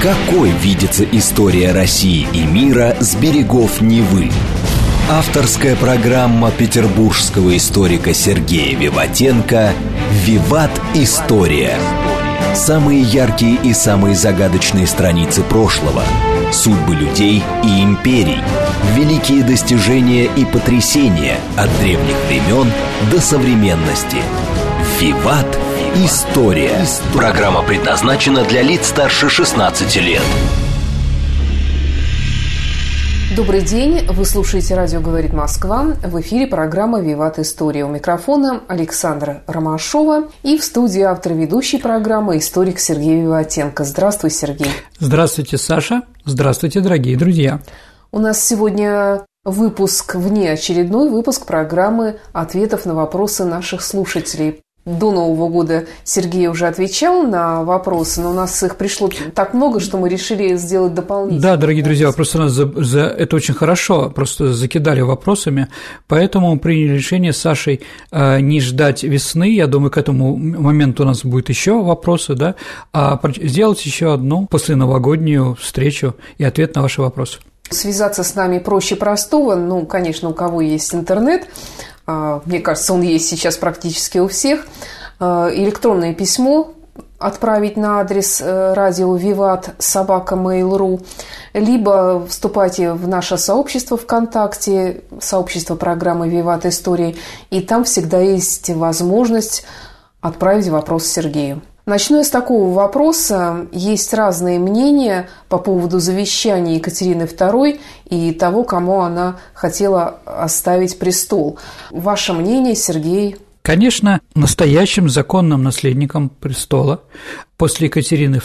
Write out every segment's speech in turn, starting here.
Какой видится история России и мира с берегов Невы? Авторская программа петербургского историка Сергея Виватенко «Виват. История». Самые яркие и самые загадочные страницы прошлого, судьбы людей и империй, великие достижения и потрясения от древних времен до современности. «Виват. История». Программа предназначена для лиц старше 16 лет. Добрый день, вы слушаете «Радио говорит Москва». В эфире программа «Виват. История». У микрофона Александра Ромашова и в студии автор ведущей программы историк Сергей Виватенко. Здравствуй, Сергей. Здравствуйте, Саша. Здравствуйте, дорогие друзья. У нас сегодня выпуск, внеочередной выпуск программы ответов на вопросы наших слушателей. До Нового года Сергей уже отвечал на вопросы, но у нас их пришло так много, что мы решили сделать дополнительно. Да, дорогие друзья, просто нас это очень хорошо, просто закидали вопросами, поэтому мы приняли решение с Сашей не ждать весны, я думаю, к этому моменту у нас будет еще вопросы, да, а сделать еще одну посленовогоднюю встречу и ответ на ваши вопросы. Связаться с нами проще простого, конечно, у кого есть интернет, мне кажется, он есть сейчас практически у всех, электронное письмо отправить на адрес радио vivat@mail.ru, либо вступайте в наше сообщество ВКонтакте, сообщество программы «Виват. История», и там всегда есть возможность отправить вопрос Сергею. Начну я с такого вопроса. Есть разные мнения по поводу завещания Екатерины II и того, кому она хотела оставить престол. Ваше мнение, Сергей? Конечно, настоящим законным наследником престола после Екатерины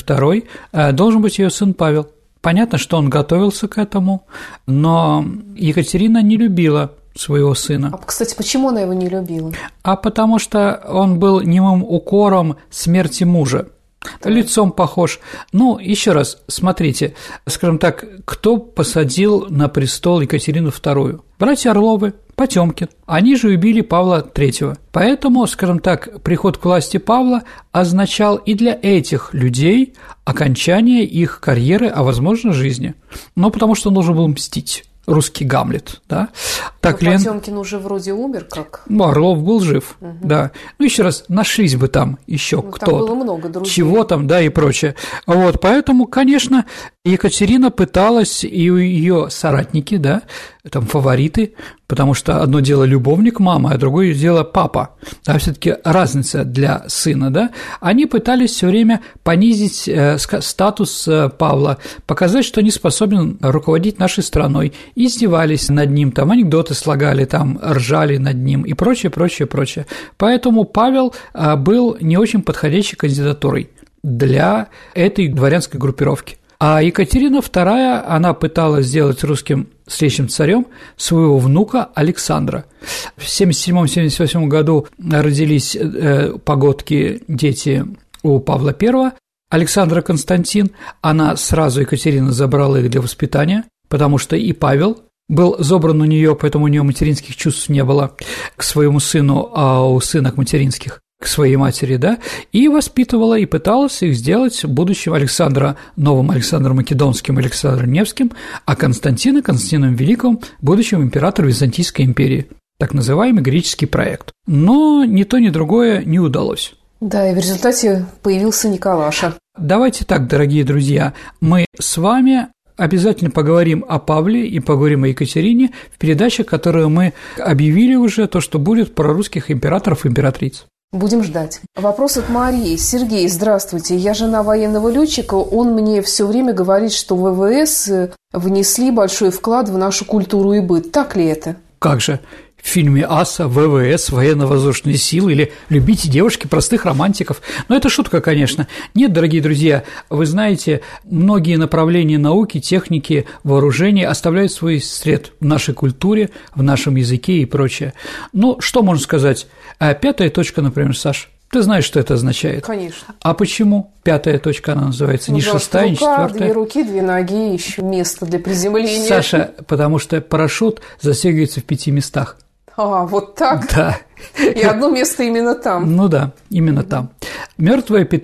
II должен быть ее сын Павел. Понятно, что он готовился к этому, но Екатерина не любила своего сына. А, кстати, почему она его не любила? А потому что он был немым укором смерти мужа. Да. Лицом похож. Еще раз, смотрите, скажем так, кто посадил на престол Екатерину II? Братья Орловы, Потёмкин. Они же убили Павла III. Поэтому, скажем так, приход к власти Павла означал и для этих людей окончание их карьеры, а, возможно, жизни. Потому что он должен был мстить. Русский Гамлет, да. Так, Потёмкин уже вроде умер, как? Орлов был жив, да. Еще раз, нашлись бы там еще кто-то. Там было много друзей. Чего там, да, и прочее. Поэтому, конечно, Екатерина пыталась, и ее соратники, да, там фавориты, потому что одно дело любовник мамы, а другое дело папа, да, все-таки разница для сына, да, они пытались все время понизить статус Павла, показать, что не способен руководить нашей страной, издевались над ним, там анекдоты слагали, там ржали над ним и прочее, прочее, прочее. Поэтому Павел был не очень подходящей кандидатурой для этой дворянской группировки. А Екатерина II, она пыталась сделать русским следующим царем своего внука Александра. В 1977-1978 году родились погодки, дети у Павла I, Александра Константин. Она сразу, Екатерина, забрала их для воспитания, потому что и Павел был забран у нее, поэтому у нее материнских чувств не было к своему сыну, а у сына к материнских к своей матери, да, и воспитывала, и пыталась их сделать будущим Александра, новым Александром Македонским, Александром Невским, а Константином Великим, будущим императором Византийской империи, так называемый греческий проект. Но ни то, ни другое не удалось. Да, и в результате появился Николаша. Давайте так, дорогие друзья, мы с вами обязательно поговорим о Павле и поговорим о Екатерине в передаче, которую мы объявили уже, то, что будет про русских императоров и императриц. Будем ждать. Вопрос от Марии. Сергей, здравствуйте. Я жена военного летчика. Он мне все время говорит, что ВВС внесли большой вклад в нашу культуру и быт. Так ли это? Как же? В фильме «Аса», ВВС, военно-воздушные силы или «Любите девушки простых романтиков». Это шутка, конечно. Нет, дорогие друзья, вы знаете, многие направления науки, техники, вооружения оставляют свой след в нашей культуре, в нашем языке и прочее. Что можно сказать? 5-я точка, например, Саш. Ты знаешь, что это означает? Конечно. А почему 5-я точка, она называется? Не 6-я, не 4-я? 2 руки, 2 ноги, еще место для приземления. Саша, потому что парашют застегивается в 5 местах. Вот так? Да. И одно место именно там. Да, именно там. Мертвая петля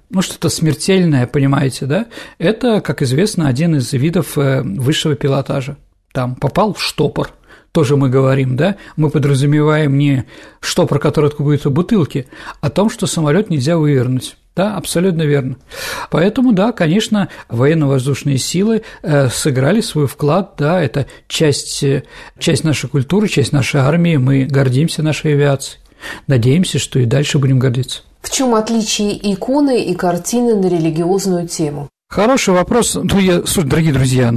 ну, что-то смертельное, понимаете, да, это, как известно, один из видов высшего пилотажа. Там попал в штопор, тоже мы говорим, да, мы подразумеваем не штопор, который от какой-то бутылки, а о том, что самолет нельзя вывернуть. Да, абсолютно верно. Поэтому, да, конечно, военно-воздушные силы сыграли свой вклад, да, это часть нашей культуры, часть нашей армии, мы гордимся нашей авиацией, надеемся, что и дальше будем гордиться. В чем отличие иконы и картины на религиозную тему? Хороший вопрос. Слушайте, дорогие друзья,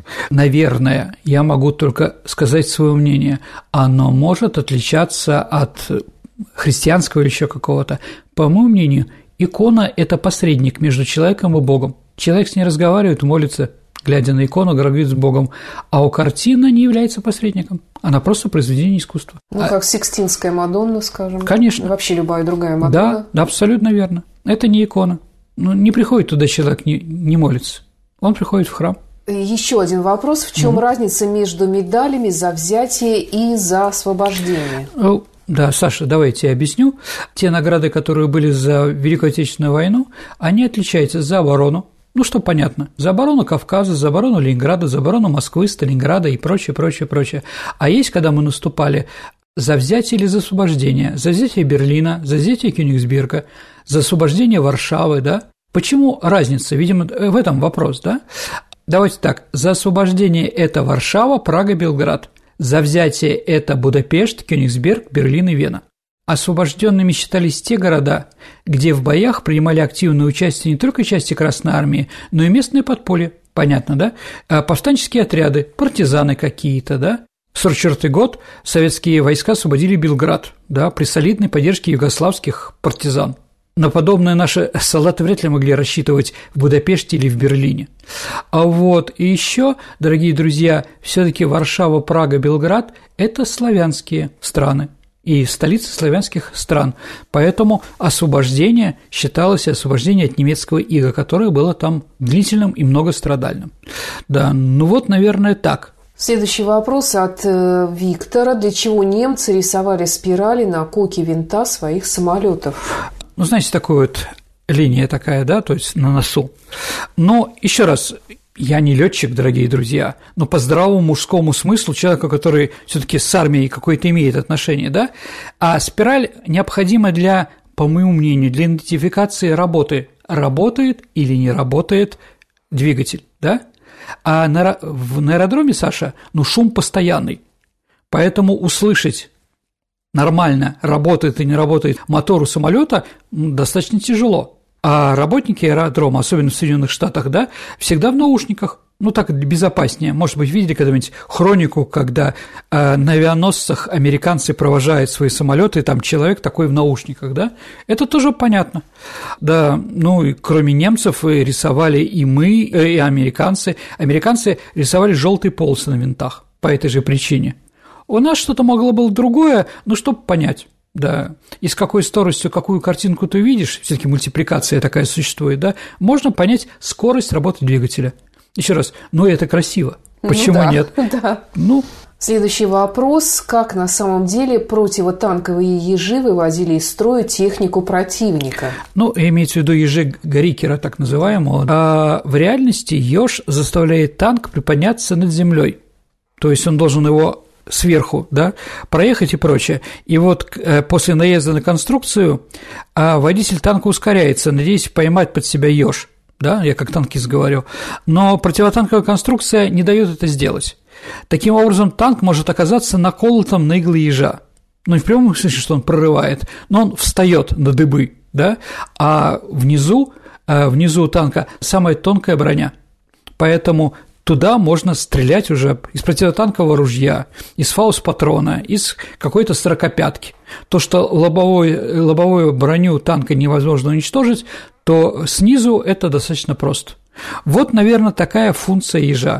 наверное, я могу только сказать свое мнение. Оно может отличаться от христианского или еще какого-то. По моему мнению, икона – это посредник между человеком и Богом. Человек с ней разговаривает, молится, глядя на икону, говорит с Богом, а у картины не является посредником. Она просто произведение искусства. Как Сикстинская Мадонна, скажем. Конечно. Вообще любая другая Мадонна. Да, абсолютно верно. Это не икона. Не приходит туда человек, не молится. Он приходит в храм. Еще один вопрос. В чем разница между медалями за взятие и за освобождение? Да, Саша, давайте я объясню. Те награды, которые были за Великую Отечественную войну, они отличаются за оборону, что понятно, за оборону Кавказа, за оборону Ленинграда, за оборону Москвы, Сталинграда и прочее, прочее, прочее. А есть, когда мы наступали за взятие или за освобождение, за взятие Берлина, за взятие Кёнигсберга, за освобождение Варшавы, да? Почему разница? Видимо, в этом вопрос, да? Давайте так, за освобождение – это Варшава, Прага, Белград. За взятие – это Будапешт, Кёнигсберг, Берлин и Вена. Освобожденными считались те города, где в боях принимали активное участие не только части Красной Армии, но и местное подполье. Понятно, да? Повстанческие отряды, партизаны какие-то, да? В 1944 год советские войска освободили Белград, да, при солидной поддержке югославских партизан. На подобное наши солдаты вряд ли могли рассчитывать в Будапеште или в Берлине. И еще, дорогие друзья, все-таки Варшава, Прага, Белград – это славянские страны и столицы славянских стран. Поэтому освобождение считалось освобождение от немецкого ига, которое было там длительным и многострадальным. Да, наверное, так. Следующий вопрос от Виктора. Для чего немцы рисовали спирали на коке винта своих самолетов? Знаете, такая линия такая, да, то есть на носу. Но еще раз, я не летчик, дорогие друзья, но по здравому мужскому смыслу человека, который все-таки с армией какое-то имеет отношение, да, а спираль необходима по моему мнению, для идентификации работы, работает или не работает двигатель, да. А на аэродроме, Саша, шум постоянный, поэтому услышать нормально, работает и не работает мотор у самолета достаточно тяжело. А работники аэродрома, особенно в Соединенных Штатах, да, всегда в наушниках. Так безопаснее. Может быть, видели когда-нибудь хронику, когда на авианосцах американцы провожают свои самолеты, и там человек такой в наушниках, да? Это тоже понятно. Да, и кроме немцев рисовали и мы, и американцы. Американцы рисовали желтые полосы на винтах по этой же причине. У нас что-то могло быть другое, чтобы понять. Да, и с какой скоростью какую картинку ты видишь, все-таки мультипликация такая существует, да, можно понять скорость работы двигателя. Еще раз, это красиво. Почему нет? Да. Следующий вопрос. Как на самом деле противотанковые ежи выводили из строя технику противника? Имеется в виду ежи Гарикера, так называемого. А в реальности еж заставляет танк приподняться над землей. То есть он должен его сверху, да, проехать и прочее. И после наезда на конструкцию водитель танка ускоряется, надеясь поймать под себя еж. Да, я как танкист говорю, но противотанковая конструкция не дает это сделать. Таким образом, танк может оказаться наколотым на иглы ежа. Не в прямом смысле, что он прорывает, но он встает на дыбы, да, а внизу танка самая тонкая броня. Поэтому туда можно стрелять уже из противотанкового ружья, из фаус-патрона, из какой-то 45-ки. То, что лобовую броню танка невозможно уничтожить, то снизу это достаточно просто. Наверное, такая функция ежа.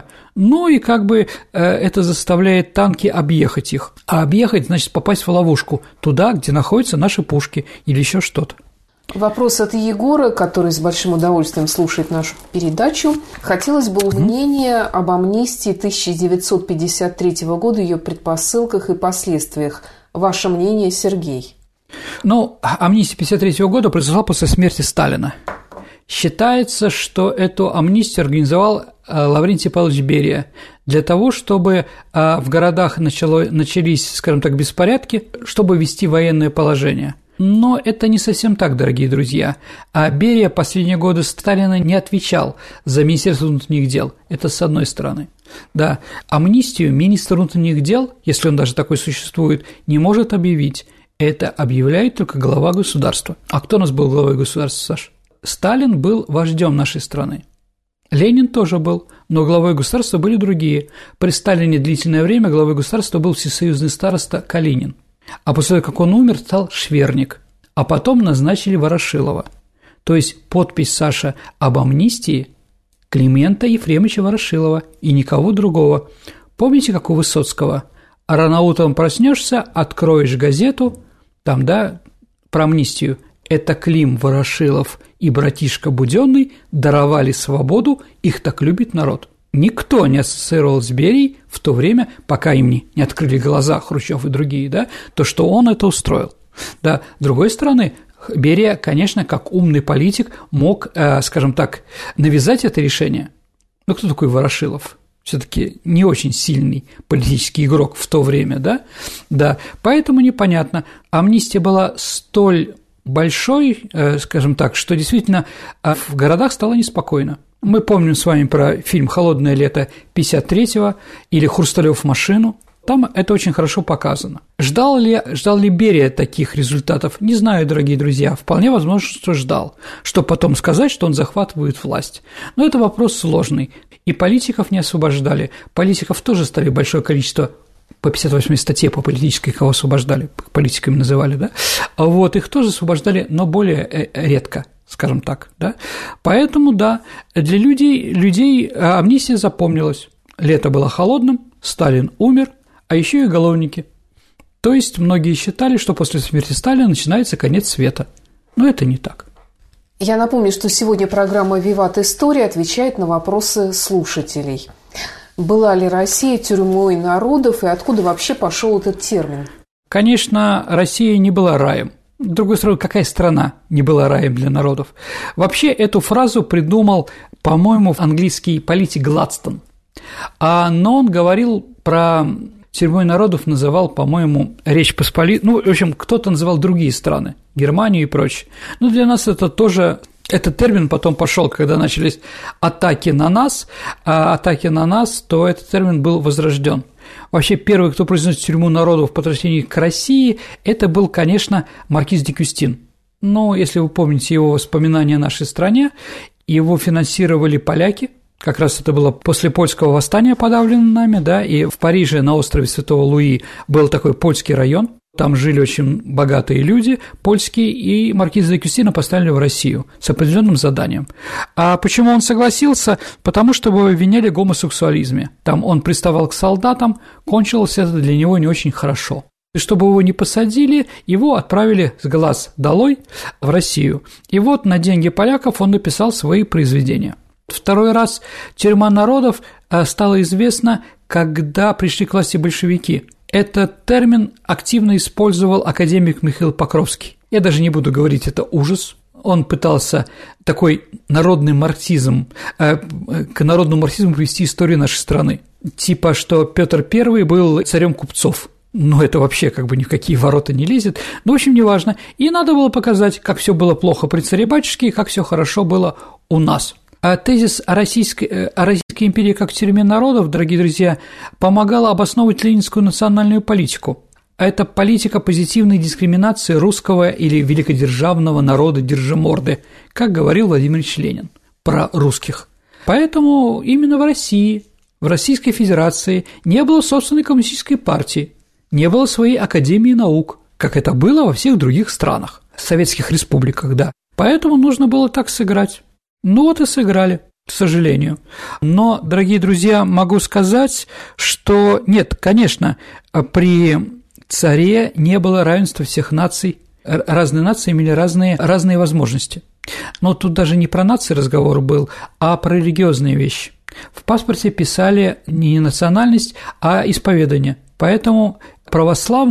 И это заставляет танки объехать их. А объехать, значит, попасть в ловушку, туда, где находятся наши пушки или еще что-то. Вопрос от Егора, который с большим удовольствием слушает нашу передачу. Хотелось бы мнение об амнистии 1953 года, ее предпосылках и последствиях. Ваше мнение, Сергей? Амнистия 1953 года произошла после смерти Сталина. Считается, что эту амнистию организовал Лаврентий Павлович Берия для того, чтобы в городах начались, скажем так, беспорядки, чтобы ввести военное положение. Но это не совсем так, дорогие друзья. А Берия последние годы Сталина не отвечал за Министерство внутренних дел. Это с одной стороны. Да, амнистию министр внутренних дел, если он даже такой существует, не может объявить. Это объявляет только глава государства. А кто у нас был главой государства, Саш? Сталин был вождем нашей страны. Ленин тоже был, но главой государства были другие. При Сталине длительное время главой государства был всесоюзный староста Калинин. А после того, как он умер, стал Шверник. А потом назначили Ворошилова. То есть подпись, Саша, об амнистии Климента Ефремовича Ворошилова и никого другого. Помните, как у Высоцкого? Рано утром проснешься, откроешь газету, там, да, про амнистию. Это Клим Ворошилов и братишка Будённый даровали свободу, их так любит народ. Никто не ассоциировал с Берией в то время, пока им не открыли глаза Хрущев и другие, да, то, что он это устроил. Да. С другой стороны, Берия, конечно, как умный политик мог, скажем так, навязать это решение. Ну, кто такой Ворошилов? Все-таки не очень сильный политический игрок в то время, да? Да, поэтому непонятно. Амнистия была столь большой, скажем так, что действительно в городах стало неспокойно. Мы помним с вами про фильм «Холодное лето» 1953-го или «Хрусталёв машину». Там это очень хорошо показано. Ждал ли Берия таких результатов? Не знаю, дорогие друзья. Вполне возможно, что ждал. Что потом сказать, что он захватывает власть. Но это вопрос сложный. И политиков не освобождали. Политиков тоже стали большое количество. По 58-й статье по политической, кого освобождали, политиками называли, да? Вот, их тоже освобождали, но более редко, скажем так, да? Поэтому, да, для людей амнистия запомнилась. Лето было холодным, Сталин умер, а еще и уголовники. То есть многие считали, что после смерти Сталина начинается конец света. Но это не так. Я напомню, что сегодня программа «Виват. История» отвечает на вопросы слушателей. Была ли Россия тюрьмой народов и откуда вообще пошел этот термин? Конечно, Россия не была раем. С другой стороны, какая страна не была раем для народов? Вообще эту фразу придумал, по-моему, английский политик Гладстон. Но он говорил про тюрьмой народов, называл, по-моему, Речь Посполитую. Ну, в общем, кто-то называл другие страны, Германию и прочее. Но для нас это тоже... Этот термин потом пошел, когда начались атаки на нас, то этот термин был возрожден. Вообще, первый, кто произнес тюрьму народов по отношению к России, это был, конечно, маркиз де Кюстин. Но, если вы помните его воспоминания о нашей стране, его финансировали поляки, как раз это было после польского восстания, подавлено нами, да, и в Париже на острове Святого Луи был такой польский район. Там жили очень богатые люди, польские, и маркиза де Кюстина поставили в Россию с определенным заданием. А почему он согласился? Потому что его обвиняли в гомосексуализме. Там он приставал к солдатам, кончилось это для него не очень хорошо. И чтобы его не посадили, его отправили с глаз долой в Россию. И вот на деньги поляков он написал свои произведения. Второй раз тюрьма народов стала известна, когда пришли к власти большевики. Этот термин активно использовал академик Михаил Покровский. Я даже не буду говорить, это ужас. Он пытался такой народный марксизм, к народному марксизму привести историю нашей страны. Типа, что Петр I был царем купцов. Ну, это вообще как бы ни в какие ворота не лезет. Ну, в общем, неважно. И надо было показать, как все было плохо при царе-батюшке и как все хорошо было у нас. А тезис о Российской империи как тюрьме народов, дорогие друзья, помогала обосновывать ленинскую национальную политику. А это политика позитивной дискриминации русского или великодержавного народа держиморды, как говорил Владимир Ильич Ленин про русских. Поэтому именно в России, в Российской Федерации не было собственной коммунистической партии, не было своей академии наук, как это было во всех других странах, советских республиках, да. Поэтому нужно было так сыграть. Ну вот и сыграли, к сожалению. Но, дорогие друзья, могу сказать, что нет, конечно, при царе не было равенства всех наций, разные нации имели разные возможности. Но тут даже не про нации разговор был, а про религиозные вещи. В паспорте писали не национальность, а исповедание. Поэтому православные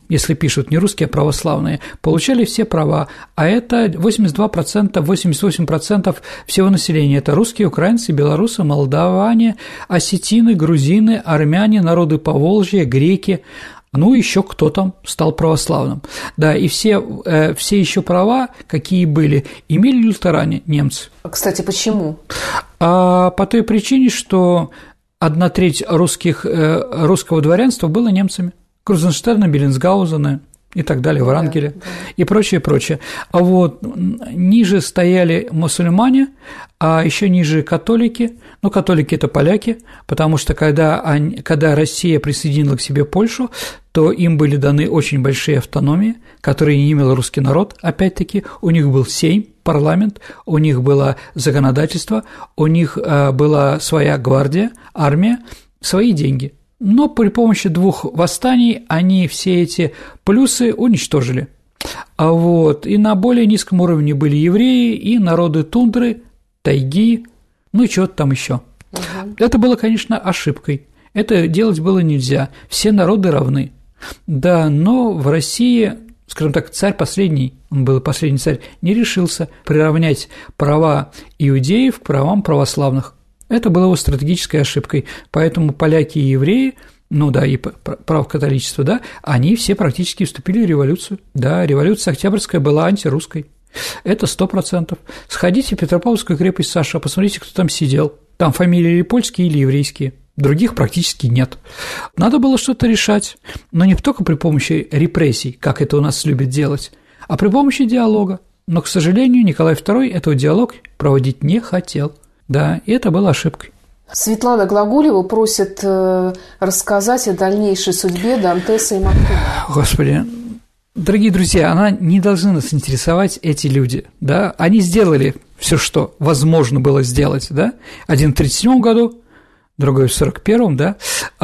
если пишут не русские, а православные, получали все права, а это 82%, 88% всего населения – это русские, украинцы, белорусы, молдаване, осетины, грузины, армяне, народы Поволжья, греки. Ну, еще кто там стал православным. Да, и все еще права, какие были, имели лютеране, немцы. Кстати, почему? По той причине, что 1/3 русского дворянства было немцами. Крузенштерна, Беллинсгаузена и так далее, Врангеля и прочее, прочее. А вот ниже стояли мусульмане, а еще ниже католики. Ну, католики – это поляки, потому что когда Россия присоединила к себе Польшу, то им были даны очень большие автономии, которые не имел русский народ, опять-таки, у них был Сейм, парламент, у них было законодательство, у них была своя гвардия, армия, свои деньги. Но при помощи 2 восстаний они все эти плюсы уничтожили. И на более низком уровне были евреи и народы тундры, тайги, ну и чего-то там еще. Это было, конечно, ошибкой. Это делать было нельзя. Все народы равны. Да, но в России, скажем так, царь последний, он был последний царь, не решился приравнять права иудеев к правам православных. Это было его стратегической ошибкой, поэтому поляки и евреи, ну да, и правокатоличество, да, они все практически вступили в революцию. Да, революция Октябрьская была антирусской, это 100%. Сходите в Петропавловскую крепость, Саша, посмотрите, кто там сидел. Там фамилии или польские, или еврейские. Других практически нет. Надо было что-то решать, но не только при помощи репрессий, как это у нас любят делать, а при помощи диалога. Но, к сожалению, Николай II этого диалог проводить не хотел. Да, и это было ошибкой. Светлана Глаголева просит рассказать о дальнейшей судьбе Дантеса и Мартынова. Господи, дорогие друзья, она не должны нас интересовать, эти люди, да, они сделали все, что возможно было сделать, да, один в 1937 году, другой в 1941, да,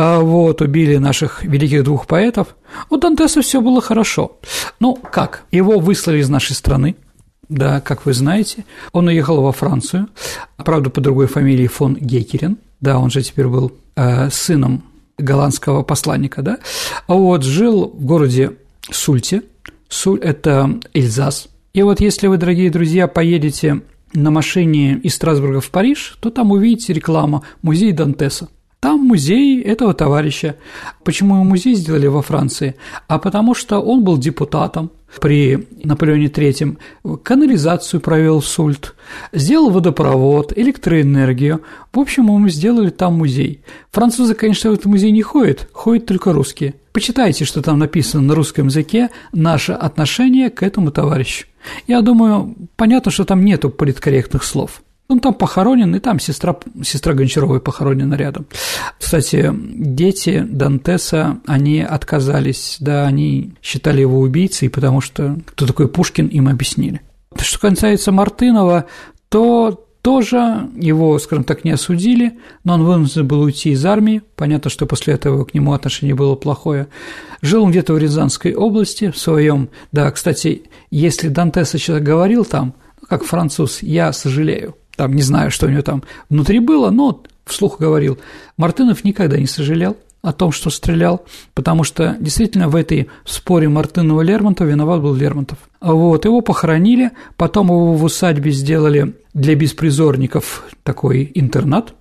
убили наших великих 2 поэтов. У Дантеса все было хорошо. Ну, как? Его выслали из нашей страны. Да, как вы знаете, он уехал во Францию, правда, по другой фамилии фон Геккерин, да, он же теперь был сыном голландского посланника, да, жил в городе Сульте, Суль – это Эльзас, и вот если вы, дорогие друзья, поедете на машине из Страсбурга в Париж, то там увидите рекламу «Музей Дантеса». Там музей этого товарища. Почему его музей сделали во Франции? А потому что он был депутатом при Наполеоне III, канализацию провел в Сульт, сделал водопровод, электроэнергию. В общем, ему сделали там музей. Французы, конечно, в этот музей не ходят только русские. Почитайте, что там написано на русском языке, наше отношение к этому товарищу. Я думаю, понятно, что там нету политкорректных слов. Он там похоронен, и там сестра Гончаровой похоронена рядом. Кстати, дети Дантеса, они отказались, да, они считали его убийцей, потому что кто такой Пушкин, им объяснили. Что касается Мартынова, то тоже его, скажем так, не осудили, но он вынужден был уйти из армии, понятно, что после этого к нему отношение было плохое. Жил он где-то в Рязанской области, в своем, да, кстати, если Дантес человек говорил там, как француз, я сожалею. Там не знаю, что у него там внутри было, но вслух говорил. Мартынов никогда не сожалел о том, что стрелял, потому что действительно в этой споре Мартынова-Лермонтова виноват был Лермонтов. Его похоронили, потом его в усадьбе сделали для беспризорников такой интернат,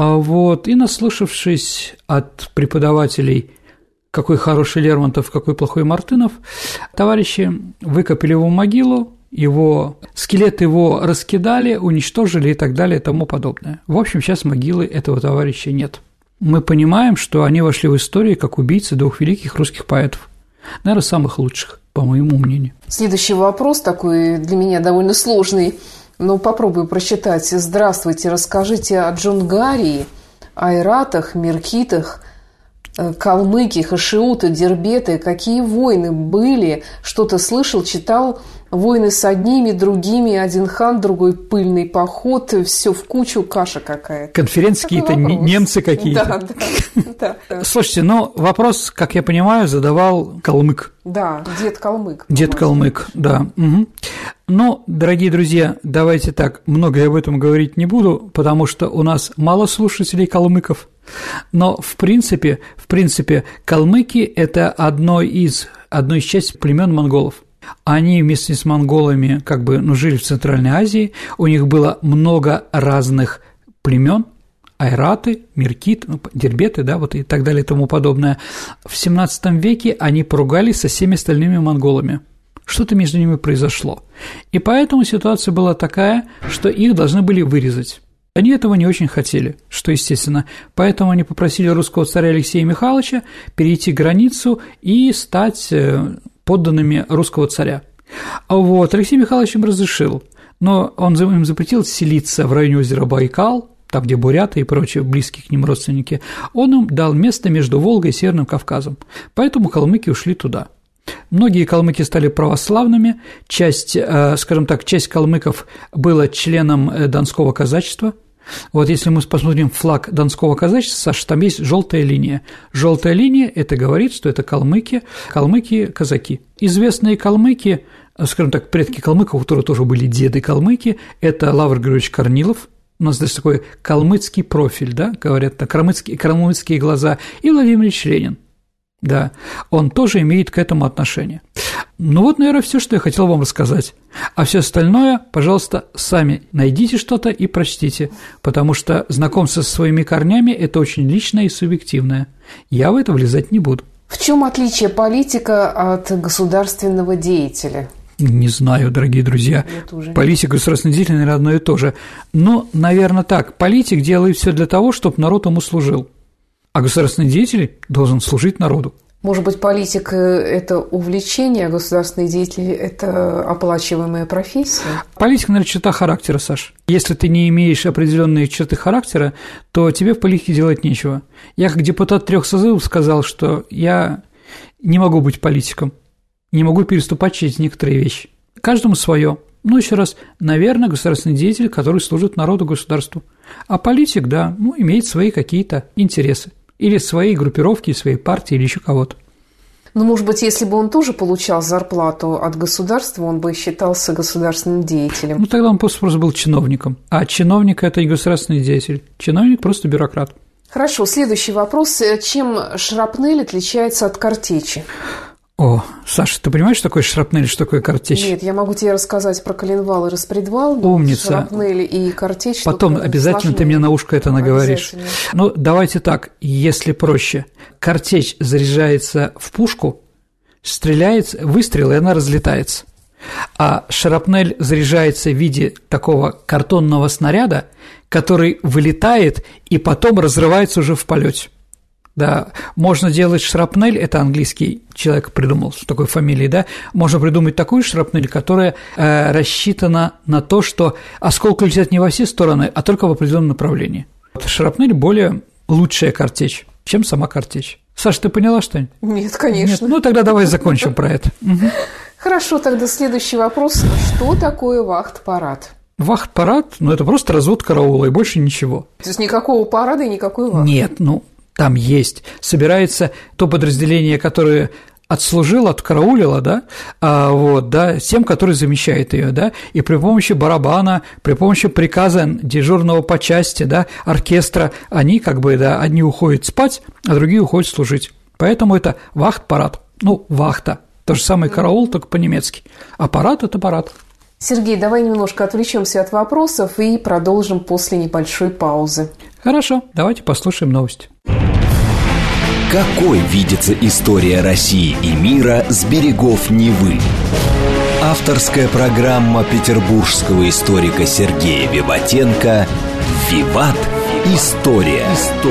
и наслышавшись от преподавателей, какой хороший Лермонтов, какой плохой Мартынов, товарищи выкопали его могилу, скелет его раскидали, уничтожили и так далее и тому подобное. В общем, сейчас могилы этого товарища нет. Мы понимаем, что они вошли в историю как убийцы 2 великих русских поэтов, наверное, самых лучших, по моему мнению. Следующий вопрос такой для меня довольно сложный, но попробую прочитать. Здравствуйте, расскажите о Джунгарии, айратах, меркитах, калмыки, хашиуты, дербеты, какие войны были, что-то слышал, читал, войны с одними, другими, один хан, другой пыльный поход, все в кучу, каша какая-то. Конференции какие-то, немцы какие-то. Да. Слушайте, вопрос, как я понимаю, задавал калмык. Да, дед калмык. Дед калмык, да. Угу. Но, дорогие друзья, давайте так, много я об этом говорить не буду, потому что у нас мало слушателей калмыков. Но в принципе, калмыки – это одной из частей племен монголов. Они вместе с монголами жили в Центральной Азии, у них было много разных племен, айраты, миркит, дербеты, и так далее и тому подобное. В XVII веке они поругались со всеми остальными монголами. Что-то между ними произошло. И поэтому ситуация была такая, что их должны были вырезать. Они этого не очень хотели, что естественно. Поэтому они попросили русского царя Алексея Михайловича перейти границу и стать подданными русского царя. Алексей Михайлович им разрешил, но он им запретил селиться в районе озера Байкал, там, где буряты и прочие близкие к ним родственники. Он им дал место между Волгой и Северным Кавказом. Поэтому калмыки ушли туда. Многие калмыки стали православными, часть калмыков была членом Донского казачества. Если мы посмотрим флаг Донского казачества, Саша, там есть желтая линия. Желтая линия – это говорит, что это калмыки-казаки. Известные калмыки, предки калмыков, у которых тоже были деды калмыки, это Лавр Григорьевич Корнилов, у нас даже такой калмыцкий профиль, говорят, калмыцкие глаза, и Владимир Ильич Ленин. Да, он тоже имеет к этому отношение. Наверное, все, что я хотел вам рассказать. А все остальное, пожалуйста, сами найдите что-то и прочтите, потому что знакомство со своими корнями – это очень личное и субъективное. Я в это влезать не буду. В чем отличие политика от государственного деятеля? Не знаю, дорогие друзья. Политик и государственный деятель, наверное, одно и то же. Но, наверное, так. Политик делает все для того, чтобы народ ему служил. А государственный деятель должен служить народу. Может быть, политик – это увлечение, а государственный деятель – это оплачиваемая профессия? Политика, наверное, черта характера, Саш. Если ты не имеешь определенные черты характера, то тебе в политике делать нечего. Я как депутат 3 созывов сказал, что я не могу быть политиком, не могу переступать через некоторые вещи. Каждому свое. Еще раз, наверное, государственный деятель, который служит народу, государству. А политик, да, имеет свои какие-то интересы. Или своей группировки, своей партии, или еще кого-то. Может быть, если бы он тоже получал зарплату от государства, он бы считался государственным деятелем. Тогда он просто был чиновником. А чиновник – это и государственный деятель. Чиновник – просто бюрократ. Хорошо, следующий вопрос. Чем шрапнель отличается от картечи? Саша, ты понимаешь, что такое шрапнель, что такое картечь? Нет, я могу тебе рассказать про коленвал и распредвал. Умница. Шрапнель и картечь. Потом обязательно ты мне на ушко это наговоришь. Давайте так, если проще. Картечь заряжается в пушку, стреляется, выстрел, и она разлетается. А шрапнель заряжается в виде такого картонного снаряда, который вылетает и потом разрывается уже в полете. Да, можно делать шрапнель, это английский человек придумал с такой фамилией, да, можно придумать такую шрапнель, которая рассчитана на то, что осколки летят не во все стороны, а только в определенном направлении. Шрапнель более лучшая картечь, чем сама картечь. Саша, ты поняла что-нибудь? Нет, конечно. Нет? Тогда давай закончим про это. Хорошо, тогда следующий вопрос. Что такое вахт-парад? Вахт-парад, это просто развод караула и больше ничего. То есть никакого парада и никакой вахты? Нет, там есть, собирается то подразделение, которое отслужило, откараулило, тем, который замещает ее, и при помощи барабана, при помощи приказа дежурного по части, оркестра, они одни уходят спать, а другие уходят служить. Поэтому это вахт-парад, вахта, то же самое караул, только по-немецки, а парад – это парад. Сергей, давай немножко отвлечемся от вопросов и продолжим после небольшой паузы. Хорошо, давайте послушаем новости. Какой видится история России и мира с берегов Невы? Авторская программа петербургского историка Сергея Виватенко «Виват. История».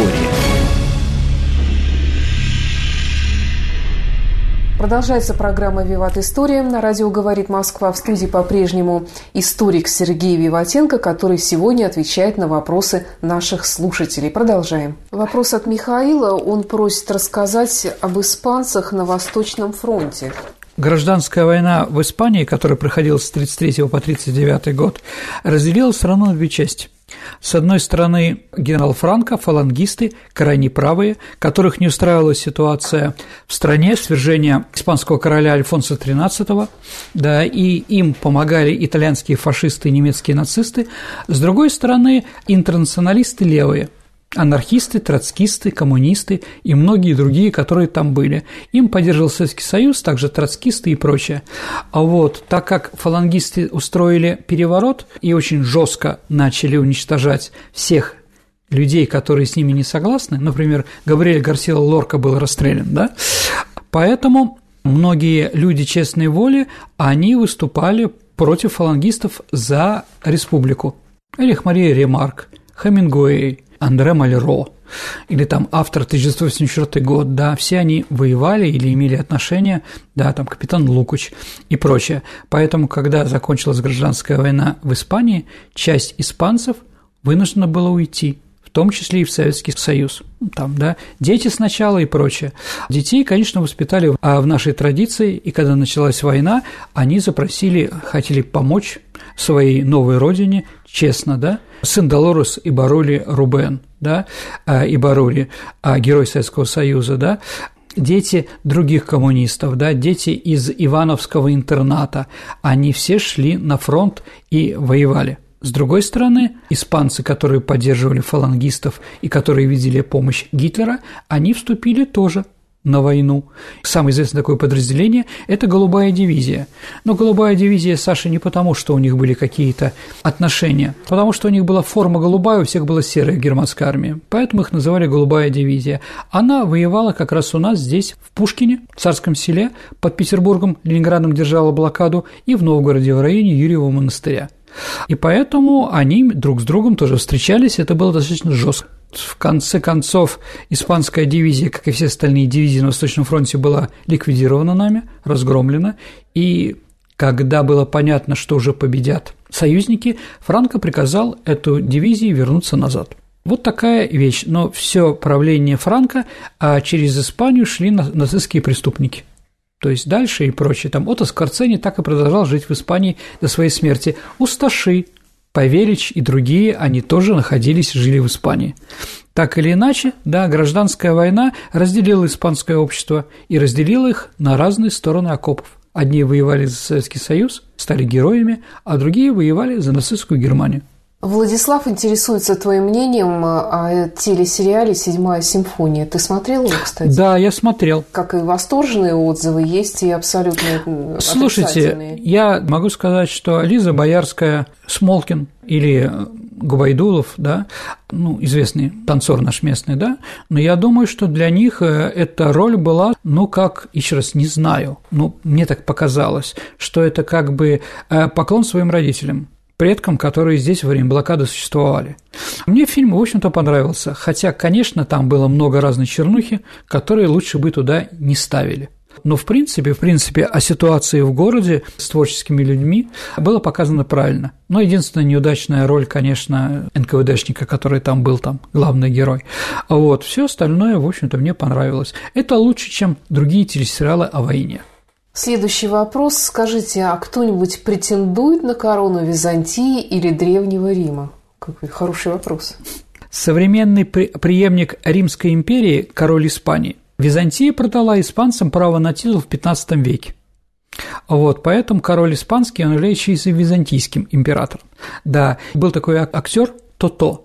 Продолжается программа «Виват. История». На радио «Говорит Москва». В студии по-прежнему историк Сергей Виватенко, который сегодня отвечает на вопросы наших слушателей. Продолжаем. Вопрос от Михаила. Он просит рассказать об испанцах на Восточном фронте. Гражданская война в Испании, которая проходила с 1933 по 1939 год, разделила страну на две части. С одной стороны, генерал Франко, фалангисты, крайне правые, которых не устраивала ситуация в стране, свержение испанского короля Альфонса XIII, и им помогали итальянские фашисты и немецкие нацисты. С другой стороны, интернационалисты левые, Анархисты, троцкисты, коммунисты и многие другие, которые там были. Им поддерживал Советский Союз, также троцкисты и прочее. А вот так как фалангисты устроили переворот и очень жестко начали уничтожать всех людей, которые с ними не согласны, например, Габриэль Гарсиа Лорка был расстрелян, да, поэтому многие люди честной воли, они выступали против фалангистов за республику. Эрих Мария Ремарк, Хемингуэй, Андре Малеро, или там автор 1984 год, да, все они воевали или имели отношение, да, там капитан Лукач и прочее. Поэтому, когда закончилась гражданская война в Испании, часть испанцев вынуждена была уйти, в том числе и в Советский Союз, там, да, дети сначала и прочее. Детей, конечно, воспитали в нашей традиции, и когда началась война, они хотели помочь своей новой родине честно, да, сын Долорес Ибарули Рубен, да, Ибарули, герой Советского Союза, да, дети других коммунистов, да, дети из Ивановского интерната, они все шли на фронт и воевали. С другой стороны, испанцы, которые поддерживали фалангистов и которые видели помощь Гитлера, они вступили тоже на войну. Самое известное такое подразделение – это «Голубая дивизия». Но «Голубая дивизия», Саша, не потому, что у них были какие-то отношения, потому что у них была форма голубая, у всех была серая германская армия, поэтому их называли «Голубая дивизия». Она воевала как раз у нас здесь, в Пушкине, в Царском Селе, под Петербургом, Ленинградом держала блокаду, и в Новгороде, в районе Юрьева монастыря. И поэтому они друг с другом тоже встречались, это было достаточно жестко. В конце концов, испанская дивизия, как и все остальные дивизии на Восточном фронте, была ликвидирована нами, разгромлена, и когда было понятно, что уже победят союзники, Франко приказал эту дивизию вернуться назад. Вот такая вещь, но все правление Франко, а через Испанию шли нацистские преступники. То есть дальше и прочее. Там Отто Скорцени так и продолжал жить в Испании до своей смерти. Усташи, Павелич и другие, они тоже жили в Испании. Так или иначе, да, гражданская война разделила испанское общество и разделила их на разные стороны окопов. Одни воевали за Советский Союз, стали героями, а другие воевали за нацистскую Германию. Владислав интересуется твоим мнением о телесериале «Седьмая симфония». Ты смотрел его, кстати? Да, я смотрел. Как и восторженные отзывы, есть и абсолютно Слушайте, отрицательные. Я могу сказать, что Лиза Боярская, Смолкин или Губайдулов, да, ну, известный танцор наш местный, да, но я думаю, что для них эта роль была, ну, как, еще раз, не знаю, ну, мне так показалось, что это как бы поклон своим родителям, предкам, которые здесь во время блокады существовали. Мне фильм, в общем-то, понравился, хотя, конечно, там было много разной чернухи, которые лучше бы туда не ставили. Но, в принципе, о ситуации в городе с творческими людьми было показано правильно. Но единственная неудачная роль, конечно, НКВДшника, который там был, там, главный герой. Вот, все остальное, в общем-то, мне понравилось. Это лучше, чем другие телесериалы о войне. Следующий вопрос. Скажите, а кто-нибудь претендует на корону Византии или Древнего Рима? Какой хороший вопрос. Современный преемник Римской империи, король Испании, Византия продала испанцам право на титул в XV веке. Вот, поэтому король испанский, он является византийским императором. Да, был такой актер Тото.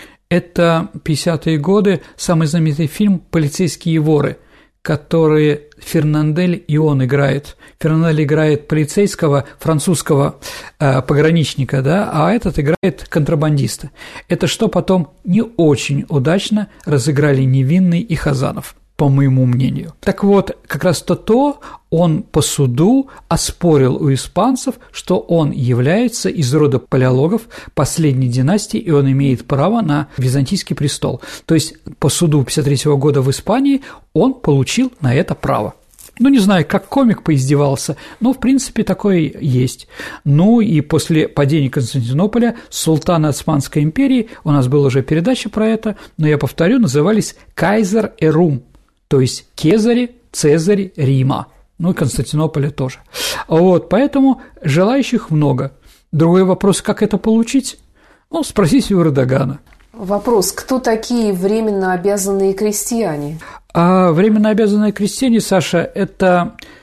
Это 50-е годы, самый знаменитый фильм «Полицейские воры», который Фернандель и он играет. Фернандель играет полицейского французского пограничника, да, а этот играет контрабандиста. Это что потом не очень удачно разыграли Невинный и Хазанов, по моему мнению. Так вот, как раз Тото, он по суду оспорил у испанцев, что он является из рода палеологов последней династии, и он имеет право на византийский престол. То есть по суду 1953 года в Испании он получил на это право. Ну, не знаю, как комик поиздевался, но, в принципе, такое есть. Ну, и после падения Константинополя султаны Османской империи, у нас была уже передача про это, но я повторю, назывались «Кайзер и Рум», то есть Кезари, Цезарь Рима, ну и Константинополя тоже. Вот, поэтому желающих много. Другой вопрос, как это получить? Ну, спросите у Эрдогана. Вопрос, кто такие временно обязанные крестьяне? А временно обязанные крестьяне, Саша, это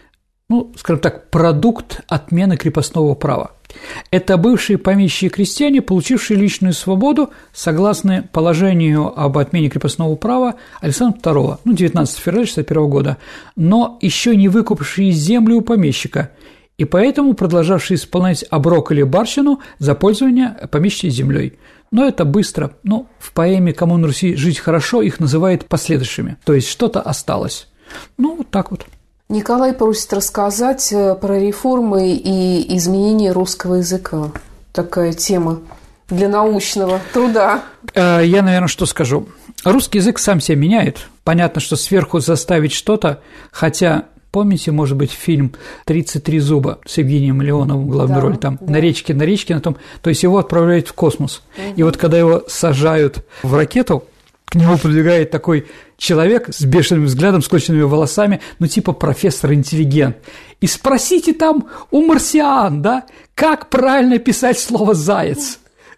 скажем так, продукт отмены крепостного права. Это бывшие помещики и крестьяне, получившие личную свободу согласно положению об отмене крепостного права Александра II, 19 февраля 1961 года, но еще не выкупившие землю у помещика, и поэтому продолжавшие исполнять оброк или барщину за пользование помещичьей землей. Но это быстро. В поэме «Кому на Руси жить хорошо» их называют последующими, то есть что-то осталось. Вот так вот. Николай просит рассказать про реформы и изменения русского языка. Такая тема для научного труда. Я, наверное, что скажу. Русский язык сам себя меняет. Понятно, что сверху заставить что-то, хотя... Помните, может быть, фильм «33 зуба» с Евгением Леоновым в главной роли, там, на речке, на том, то есть его отправляют в космос. И вот когда его сажают в ракету, к нему подбегает такой человек с бешеным взглядом, склоченными волосами, типа профессор-интеллигент. И спросите там у марсиан, как правильно писать слово «заяц».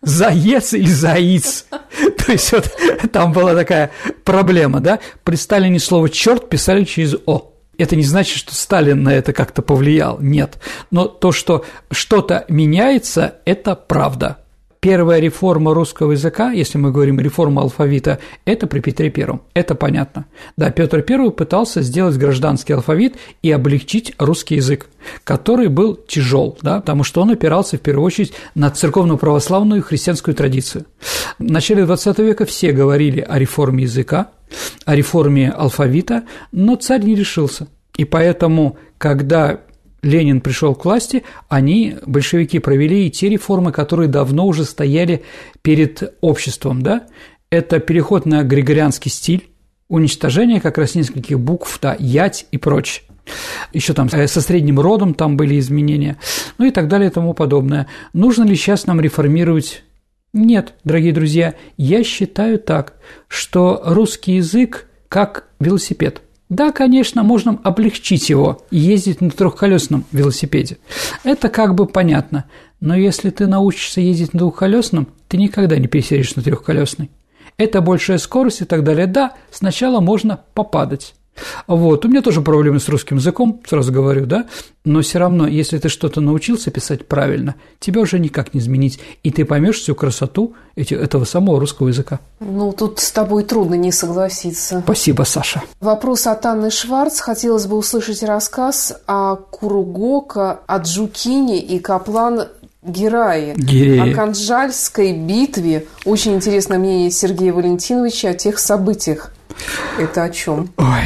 Заец или заиц. То есть вот там была такая проблема, При Сталине слово «черт» писали через «о». Это не значит, что Сталин на это как-то повлиял, нет. Но то, что что-то меняется, это правда. Первая реформа русского языка, если мы говорим реформа алфавита, это при Петре I, это понятно. Петр I пытался сделать гражданский алфавит и облегчить русский язык, который был тяжел, потому что он опирался в первую очередь на церковно-православную христианскую традицию. В начале XX века все говорили о реформе языка, о реформе алфавита, но царь не решился. И поэтому, когда Ленин пришел к власти, большевики, провели и те реформы, которые давно уже стояли перед обществом, Это переход на григорианский стиль, уничтожение как раз нескольких букв, ять и прочее. Еще там со средним родом там были изменения, и так далее и тому подобное. Нужно ли сейчас нам реформировать? Нет, дорогие друзья, я считаю так, что русский язык как велосипед. Да, конечно, можно облегчить его и ездить на трехколесном велосипеде. Это как бы понятно. Но если ты научишься ездить на двухколесном, ты никогда не пересядешь на трехколесный. Это большая скорость и так далее. Да, сначала можно попадать. У меня тоже проблемы с русским языком, сразу говорю, но все равно, если ты что-то научился писать правильно, тебя уже никак не изменить, и ты поймешь всю красоту этого самого русского языка. Тут с тобой трудно не согласиться. Спасибо, Саша. Вопрос от Анны Шварц. Хотелось бы услышать рассказ о Куругока, о Джукине и Каплан Гирее, о Канджальской битве. Очень интересное мнение Сергея Валентиновича о тех событиях. Это о чем?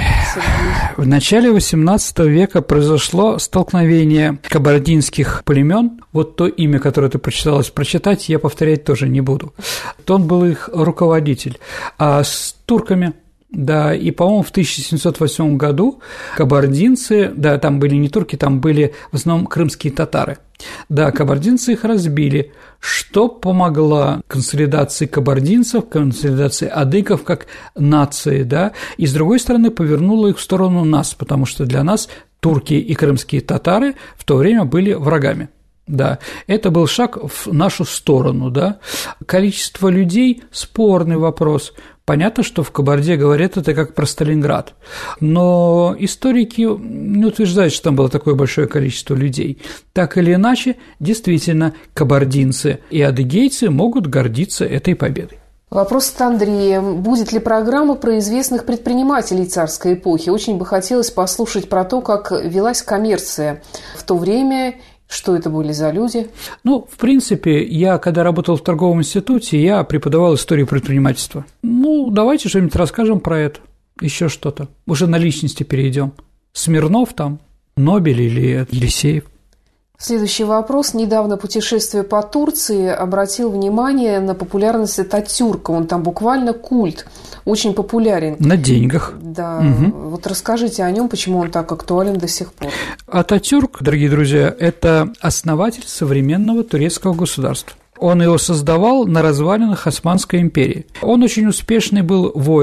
В начале XVIII века произошло столкновение кабардинских племен. То имя, которое ты пыталась прочитать, я повторять тоже не буду. Он был их руководитель. А с турками, и, по-моему, в 1708 году кабардинцы, там были не турки, там были в основном крымские татары. Кабардинцы их разбили, что помогло консолидации кабардинцев, консолидации адыгов как нации, и, с другой стороны, повернуло их в сторону нас, потому что для нас турки и крымские татары в то время были врагами. Это был шаг в нашу сторону, Количество людей – спорный вопрос. Понятно, что в Кабарде говорят это как про Сталинград, но историки не утверждают, что там было такое большое количество людей. Так или иначе, действительно, кабардинцы и адыгейцы могут гордиться этой победой. Вопрос от Андрея. Будет ли программа про известных предпринимателей царской эпохи? Очень бы хотелось послушать про то, как велась коммерция в то время. Что это были за люди? В принципе, я, когда работал в торговом институте, я преподавал историю предпринимательства. Давайте что-нибудь расскажем про это, еще что-то. Уже на личности перейдем. Смирнов там, Нобель или Елисеев. Следующий вопрос. Недавно путешествие по Турции обратил внимание на популярность Ататюрка. Он там буквально культ, очень популярен. На деньгах. Да. Угу. Расскажите о нем, почему он так актуален до сих пор. Ататюрк, дорогие друзья, это основатель современного турецкого государства. Он его создавал на развалинах Османской империи. Он очень успешный был воин,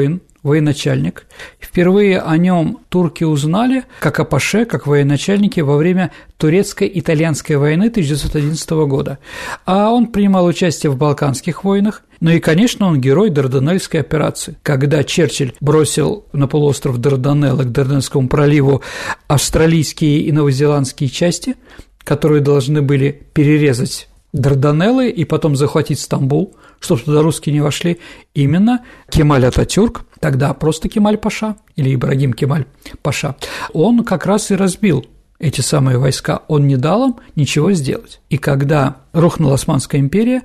военачальник. Впервые о нем турки узнали, как о паше, как военачальнике во время турецко-итальянской войны 1911 года. А он принимал участие в Балканских войнах. Ну и, конечно, он герой Дарданельской операции. Когда Черчилль бросил на полуостров Дарданеллы к Дарданельскому проливу австралийские и новозеландские части, которые должны были перерезать Дарданеллы и потом захватить Стамбул, чтобы туда русские не вошли, именно Кемаль Ататюрк, тогда просто Кемаль-паша или Ибрагим Кемаль-паша, он как раз и разбил эти самые войска, он не дал им ничего сделать. И когда рухнула Османская империя,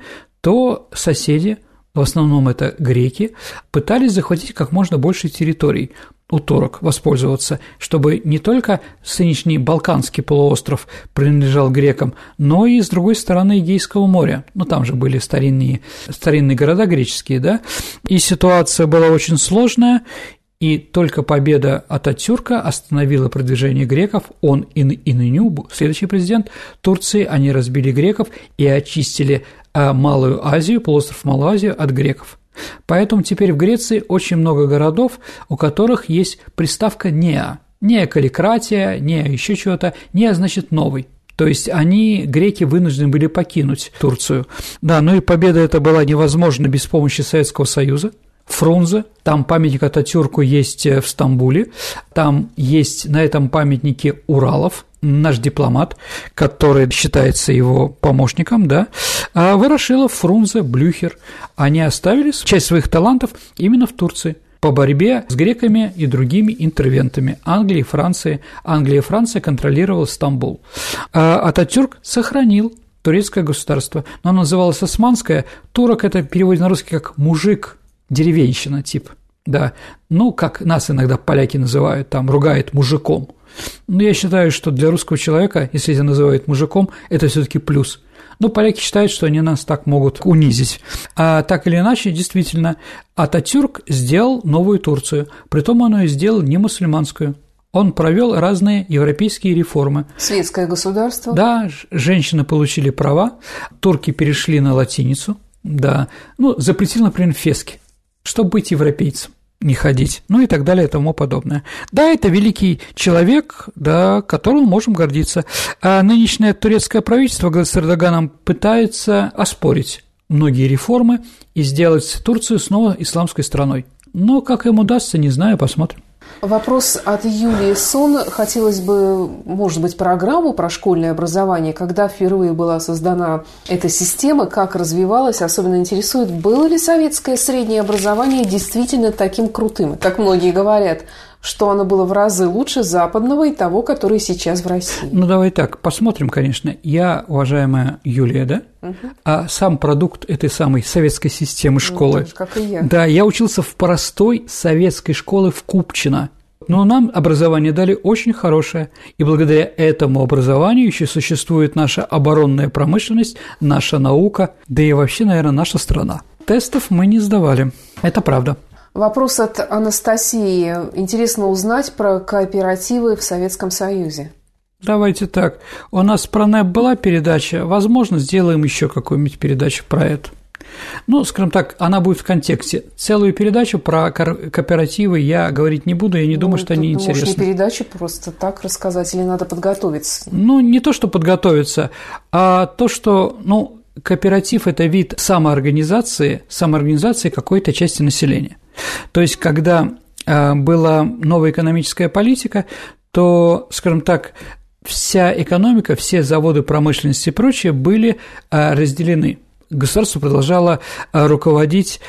то соседи, в основном это греки, пытались захватить как можно больше территорий у турок, воспользоваться, чтобы не только нынешний Балканский полуостров принадлежал грекам, но и с другой стороны Эгейского моря. Ну, там же были старинные города греческие, да, и ситуация была очень сложная, и только победа Ататюрка остановила продвижение греков, он и Инаню, следующий президент Турции, они разбили греков и очистили Малую Азию, полуостров Малую Азию от греков. Поэтому теперь в Греции очень много городов, у которых есть приставка «неа». «Неа» – калликратия, «неа» – еще чего-то, «неа» – значит «новый». То есть греки вынуждены были покинуть Турцию. Да, ну и победа эта была невозможна без помощи Советского Союза. Фрунзе, там памятник Ататюрку есть в Стамбуле, там есть на этом памятнике Уралов, наш дипломат, который считается его помощником, да, а Ворошилов, Фрунзе, Блюхер, они оставили часть своих талантов именно в Турции по борьбе с греками и другими интервентами Англии и Франции. Англия и Франция контролировала Стамбул. А Ататюрк сохранил турецкое государство, но оно называлось Османское, турок это переводит на русский как «мужик», деревенщина тип, да, ну, как нас иногда поляки называют, там, ругают мужиком. Но я считаю, что для русского человека, если тебя называют мужиком, это все-таки плюс. Но поляки считают, что они нас так могут унизить. А так или иначе, действительно, Ататюрк сделал новую Турцию, притом он ее сделал не мусульманскую. Он провел разные европейские реформы. Светское государство. Да, женщины получили права, турки перешли на латиницу, да, ну, запретил, например, фески, чтобы быть европейцем, не ходить, ну и так далее и тому подобное. Да, это великий человек, да, которым можем гордиться. А нынешнее турецкое правительство с Эрдоганом пытается оспорить многие реформы и сделать Турцию снова исламской страной. Но как им удастся, не знаю, посмотрим. Вопрос от Юлии Сон. Хотелось бы, может быть, программу про школьное образование, когда впервые была создана эта система, как развивалась, особенно интересует, было ли советское среднее образование действительно таким крутым, как многие говорят, что оно было в разы лучше западного и того, которое сейчас в России. Ну, давай так, посмотрим, конечно. Я, уважаемая Юлия, да, а сам продукт этой самой советской системы школы. Ну, как и я. Да, я учился в простой советской школе в Купчино. Но нам образование дали очень хорошее, и благодаря этому образованию еще существует наша оборонная промышленность, наша наука, да и вообще, наверное, наша страна. Тестов мы не сдавали, это правда. Вопрос от Анастасии. Интересно узнать про кооперативы в Советском Союзе. Давайте так. У нас про НЭП была передача, возможно, сделаем еще какую-нибудь передачу про это. Ну, скажем так, она будет в контексте. Целую передачу про кооперативы я говорить не буду, я не думаю, что они интересны. Может, не передачу просто так рассказать, или надо подготовиться? Ну, не то, что подготовиться, а то, что, ну, кооператив – это вид самоорганизации какой-то части населения. То есть, когда была новая экономическая политика, то, скажем так, вся экономика, все заводы промышленности и прочее были разделены. Государство продолжало руководить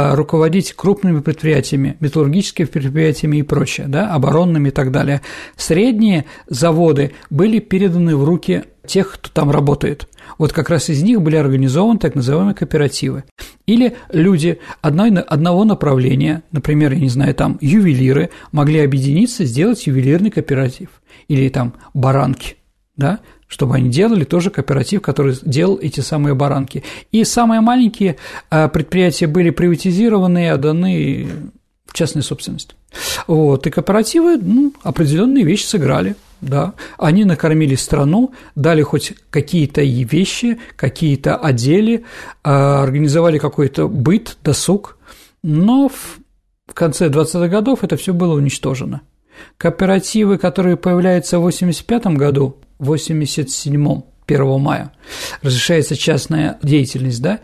крупными предприятиями, металлургическими предприятиями и прочее, да, оборонными и так далее. Средние заводы были переданы в руки тех, кто там работает. Вот как раз из них были организованы так называемые кооперативы. Или люди одного направления, например, я не знаю, там ювелиры, могли объединиться, сделать ювелирный кооператив. Или там баранки, да, чтобы они делали тоже кооператив, который делал эти самые баранки. И самые маленькие предприятия были приватизированы и отданы в частную собственность. Вот, и кооперативы, определенные вещи сыграли, да, они накормили страну, дали хоть какие-то вещи, какие-то одели, организовали какой-то быт, досуг, но в конце 20-х годов это все было уничтожено. Кооперативы, которые появляются в 1985 году, в 1987, 1 мая, разрешается частная деятельность, да,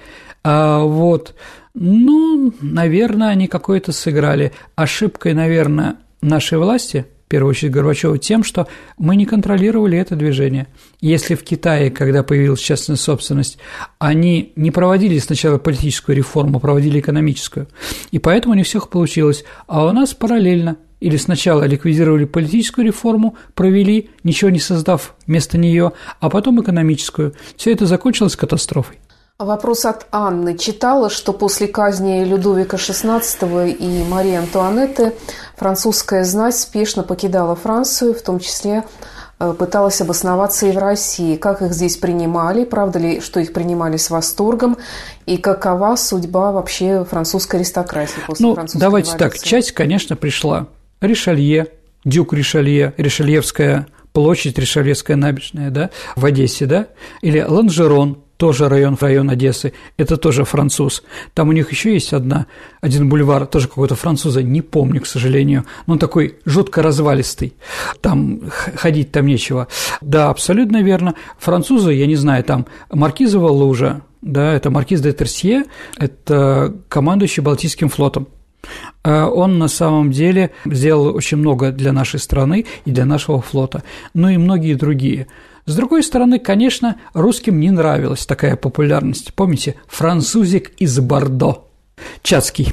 наверное, они какое-то сыграли. Ошибкой, наверное, нашей власти, в первую очередь Горбачёва, тем, что мы не контролировали это движение. Если в Китае, когда появилась частная собственность, они не проводили сначала политическую реформу, проводили экономическую, и поэтому не у всех получилось, а у нас параллельно. Или сначала ликвидировали политическую реформу, провели, ничего не создав вместо нее, а потом экономическую. Все это закончилось катастрофой. Вопрос от Анны. Читала, что после казни Людовика XVI и Марии Антуанетты французская знать спешно покидала Францию, в том числе пыталась обосноваться и в России. Как их здесь принимали? Правда ли, что их принимали с восторгом? И какова судьба вообще французской аристократии после французской давайте революции? Так, часть, конечно, пришла. Ришелье, дюк Ришелье, Ришельевская площадь, Ришельевская набережная, да, в Одессе, да, или Ланжерон, тоже район Одессы, это тоже француз. Там у них еще есть один бульвар, тоже какой-то француза, не помню, к сожалению, но он такой жутко развалистый, там ходить там нечего. Да, абсолютно верно. Французы, я не знаю, там Маркизова лужа, да, это маркиз де Терсье, это командующий Балтийским флотом. Он на самом деле сделал очень много для нашей страны и для нашего флота, ну и многие другие. С другой стороны, конечно, русским не нравилась такая популярность. Помните, французик из Бордо, Чацкий.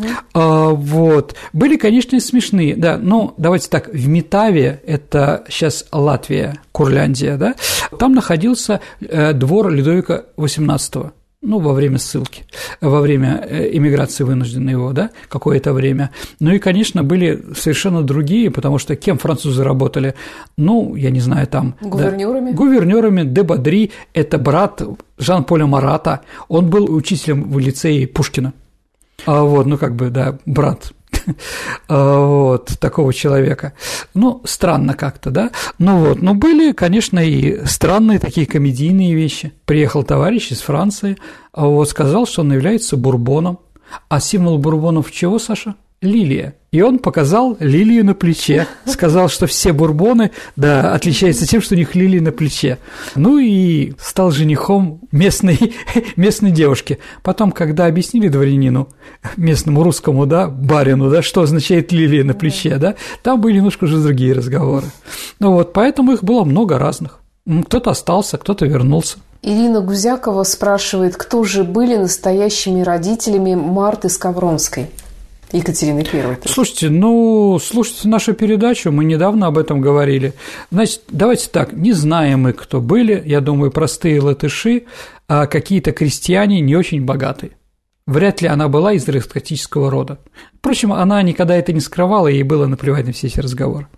Были, конечно, и смешные, да, но давайте так, в Метаве, это сейчас Латвия, Курляндия, да, там находился двор Людовика XVIII. Во время ссылки, во время эмиграции вынужденной его, да, какое-то время. Ну и, конечно, были совершенно другие, потому что кем французы работали? Я не знаю, там… Гувернёрами? Да, гувернёрами. Де Бодри – это брат Жан-Поля Марата, он был учителем в лицее Пушкина. Брат такого человека. Странно как-то, да? Но были, конечно, и странные такие комедийные вещи. Приехал товарищ из Франции, сказал, что он является бурбоном. А символ бурбонов чего, Саша? Лилия. И он показал лилию на плече, сказал, что все бурбоны, да, отличаются тем, что у них лилии на плече. И стал женихом местной девушки. Потом, когда объяснили дворянину, местному русскому, да, барину, да, что означает лилия на плече, да, там были немножко уже другие разговоры. Поэтому их было много разных. Кто-то остался, кто-то вернулся. Ирина Гузякова спрашивает, кто же были настоящими родителями Марты Скавронской? Екатерины I. Слушайте, слушайте нашу передачу, мы недавно об этом говорили. Значит, давайте так, не знаем мы, кто были, я думаю, простые латыши, а какие-то крестьяне не очень богатые. Вряд ли она была из аристократического рода. Впрочем, она никогда это не скрывала, ей было наплевать на все эти разговоры.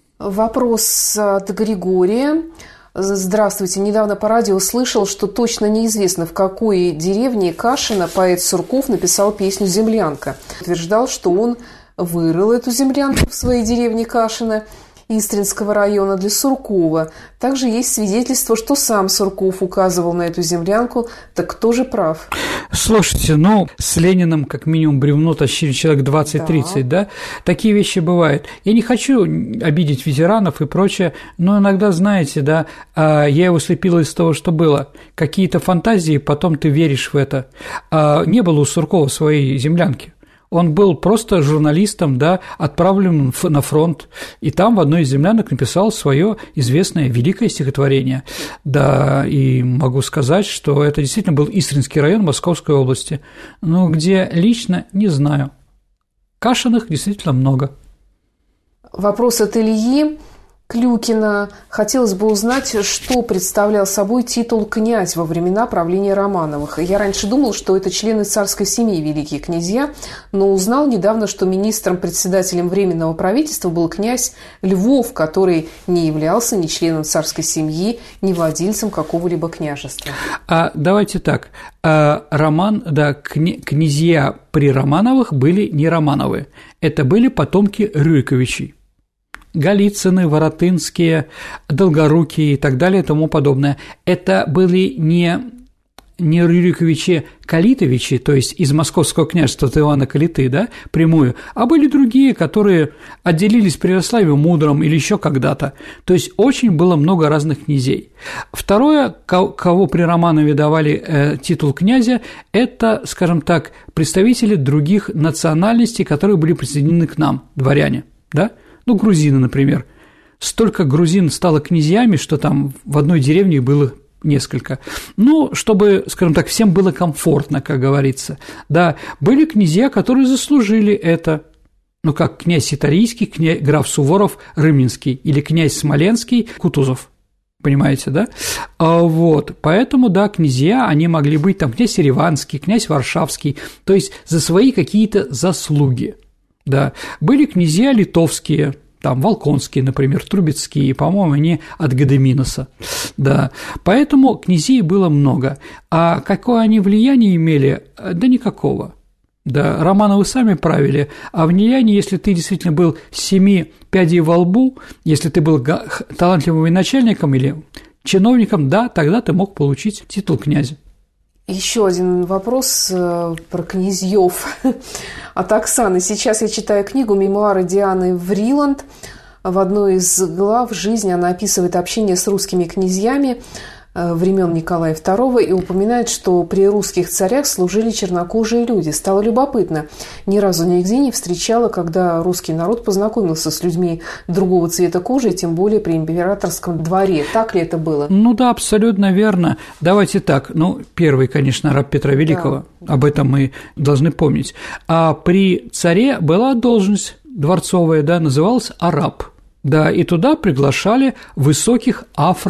Вопрос от Григория. Здравствуйте. Недавно по радио слышал, что точно неизвестно, в какой деревне Кашина поэт Сурков написал песню «Землянка». Утверждал, что он вырыл эту землянку в своей деревне Кашина Истринского района для Суркова. Также есть свидетельство, что сам Сурков указывал на эту землянку. Так кто же прав? Слушайте, с Лениным как минимум бревно тащили человек 20-30, да? Такие вещи бывают. Я не хочу обидеть ветеранов и прочее, но иногда, знаете, да, я его слепила из того, что было. Какие-то фантазии, потом ты веришь в это. Не было у Суркова своей землянки. Он был просто журналистом, да, отправленным на фронт, и там в одной из землянок написал свое известное великое стихотворение. Да, и могу сказать, что это действительно был Истринский район Московской области, но где лично не знаю. Кашиных действительно много. Вопрос от Ильи Клюкина. Хотелось бы узнать, что представлял собой титул «князь» во времена правления Романовых. Я раньше думал, что это члены царской семьи великие князья, но узнал недавно, что министром-председателем Временного правительства был князь Львов, который не являлся ни членом царской семьи, ни владельцем какого-либо княжества. Давайте так. Князья при Романовых были не Романовы. Это были потомки Рюриковичей. Голицыны, Воротынские, Долгорукие и так далее и тому подобное. Это были не не Рюриковичи Калитовичи, то есть из московского княжества от Ивана Калиты, да, прямую, а были другие, которые отделились при Ярославе Мудром или еще когда-то. То есть очень было много разных князей. Второе, кого при Романове давали титул князя, это, скажем так, представители других национальностей, которые были присоединены к нам, дворяне, да, ну, грузины, например. Столько грузин стало князьями, что там в одной деревне было несколько. Ну, чтобы, скажем так, всем было комфортно, как говорится. Да, были князья, которые заслужили это. Ну, как князь Итарийский, граф Суворов, Рымнинский, или князь Смоленский, Кутузов. Понимаете, да? Вот, поэтому, да, князья, они могли быть там князь Ереванский, князь Варшавский, то есть за свои какие-то заслуги, да. Были князья литовские, там, Волконские, например, Трубецкие, по-моему, они от Гадеминоса, да, поэтому князей было много, а какое они влияние имели? Да никакого, да, Романовы сами правили, а влияние, если ты действительно был с 7 пядей во лбу, если ты был талантливым начальником или чиновником, да, тогда ты мог получить титул князя. Еще один вопрос про князьев от Оксаны. Сейчас я читаю книгу «Мемуары Дианы Вриланд». В одной из глав жизни она описывает общение с русскими князьями времен Николая II и упоминает, что при русских царях служили чернокожие люди. Стало любопытно. Ни разу нигде не встречала, когда русский народ познакомился с людьми другого цвета кожи, тем более при императорском дворе. Так ли это было? Ну да, абсолютно верно. Давайте так. Ну, первый, конечно, раб Петра Великого. Да. Об этом мы должны помнить. А при царе была должность дворцовая, да, называлась араб. Да, и туда приглашали высоких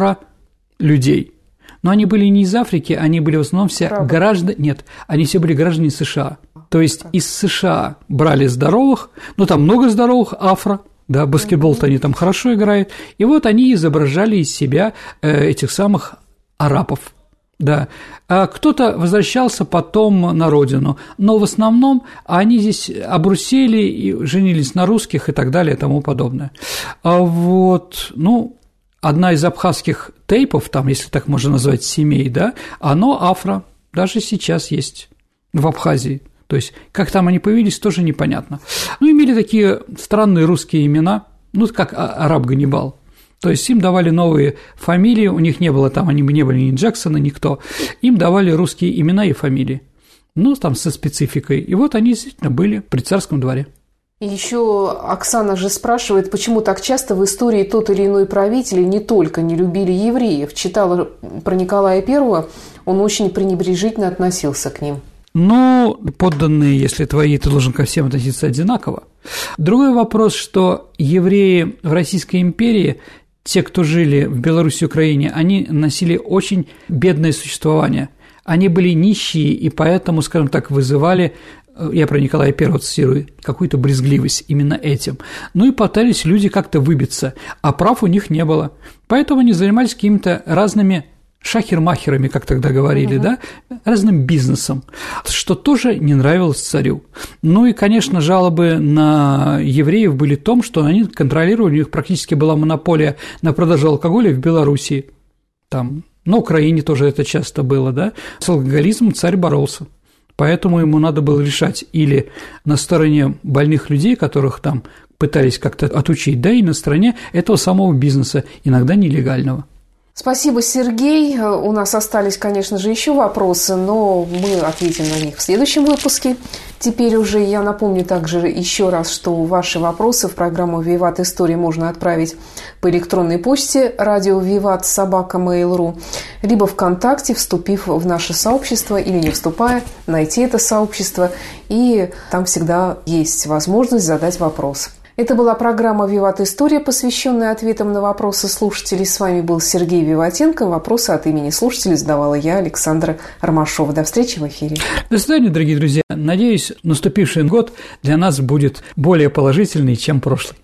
афро-людей. Но они были не из Африки, они были в основном все граждане, нет, они все были граждане США. То есть из США брали здоровых, ну там много здоровых афро, да, баскетбол-то они там хорошо играют, и вот они изображали из себя этих самых арабов. Да, а кто-то возвращался потом на родину, но в основном они здесь обрусели и женились на русских и так далее и тому подобное. А вот, ну, одна из абхазских тейпов, там, если так можно назвать, семей, да, оно афро, даже сейчас есть в Абхазии. То есть, как там они появились, тоже непонятно. Ну, имели такие странные русские имена, ну, как араб Ганнибал. То есть, им давали новые фамилии, у них не было там, они не были ни Джексона, никто. Им давали русские имена и фамилии, ну, там, со спецификой. И вот они действительно были при царском дворе. И еще Оксана же спрашивает, почему так часто в истории тот или иной правитель не только не любили евреев. Читала про Николая I, он очень пренебрежительно относился к ним. Ну, подданные, если твои, ты должен ко всем относиться одинаково. Другой вопрос, что евреи в Российской империи, те, кто жили в Беларуси и Украине, они носили очень бедное существование. Они были нищие и поэтому, скажем так, вызывали, я про Николая I цитирую, какую-то брезгливость именно этим. Ну и пытались люди как-то выбиться, а прав у них не было. Поэтому они занимались какими-то разными шахер-махерами, как тогда говорили, да, разным бизнесом, что тоже не нравилось царю. Ну и, конечно, жалобы на евреев были в том, что они контролировали, у них практически была монополия на продажу алкоголя в Белоруссии, там, на Украине тоже это часто было, да, с алкоголизмом царь боролся. Поэтому ему надо было решать или на стороне больных людей, которых там пытались как-то отучить, да, и на стороне этого самого бизнеса, иногда нелегального. Спасибо, Сергей. У нас остались, конечно же, еще вопросы, но мы ответим на них в следующем выпуске. Теперь уже я напомню также еще раз, что ваши вопросы в программу «Виват. История» можно отправить по электронной почте radio@vivat@mail.ru, либо ВКонтакте, вступив в наше сообщество или не вступая, найти это сообщество, и там всегда есть возможность задать вопрос. Это была программа «Виват. История», посвященная ответам на вопросы слушателей. С вами был Сергей Виватенко. Вопросы от имени слушателей задавала я, Александра Ромашова. До встречи в эфире. До свидания, дорогие друзья. Надеюсь, наступивший год для нас будет более положительный, чем прошлый.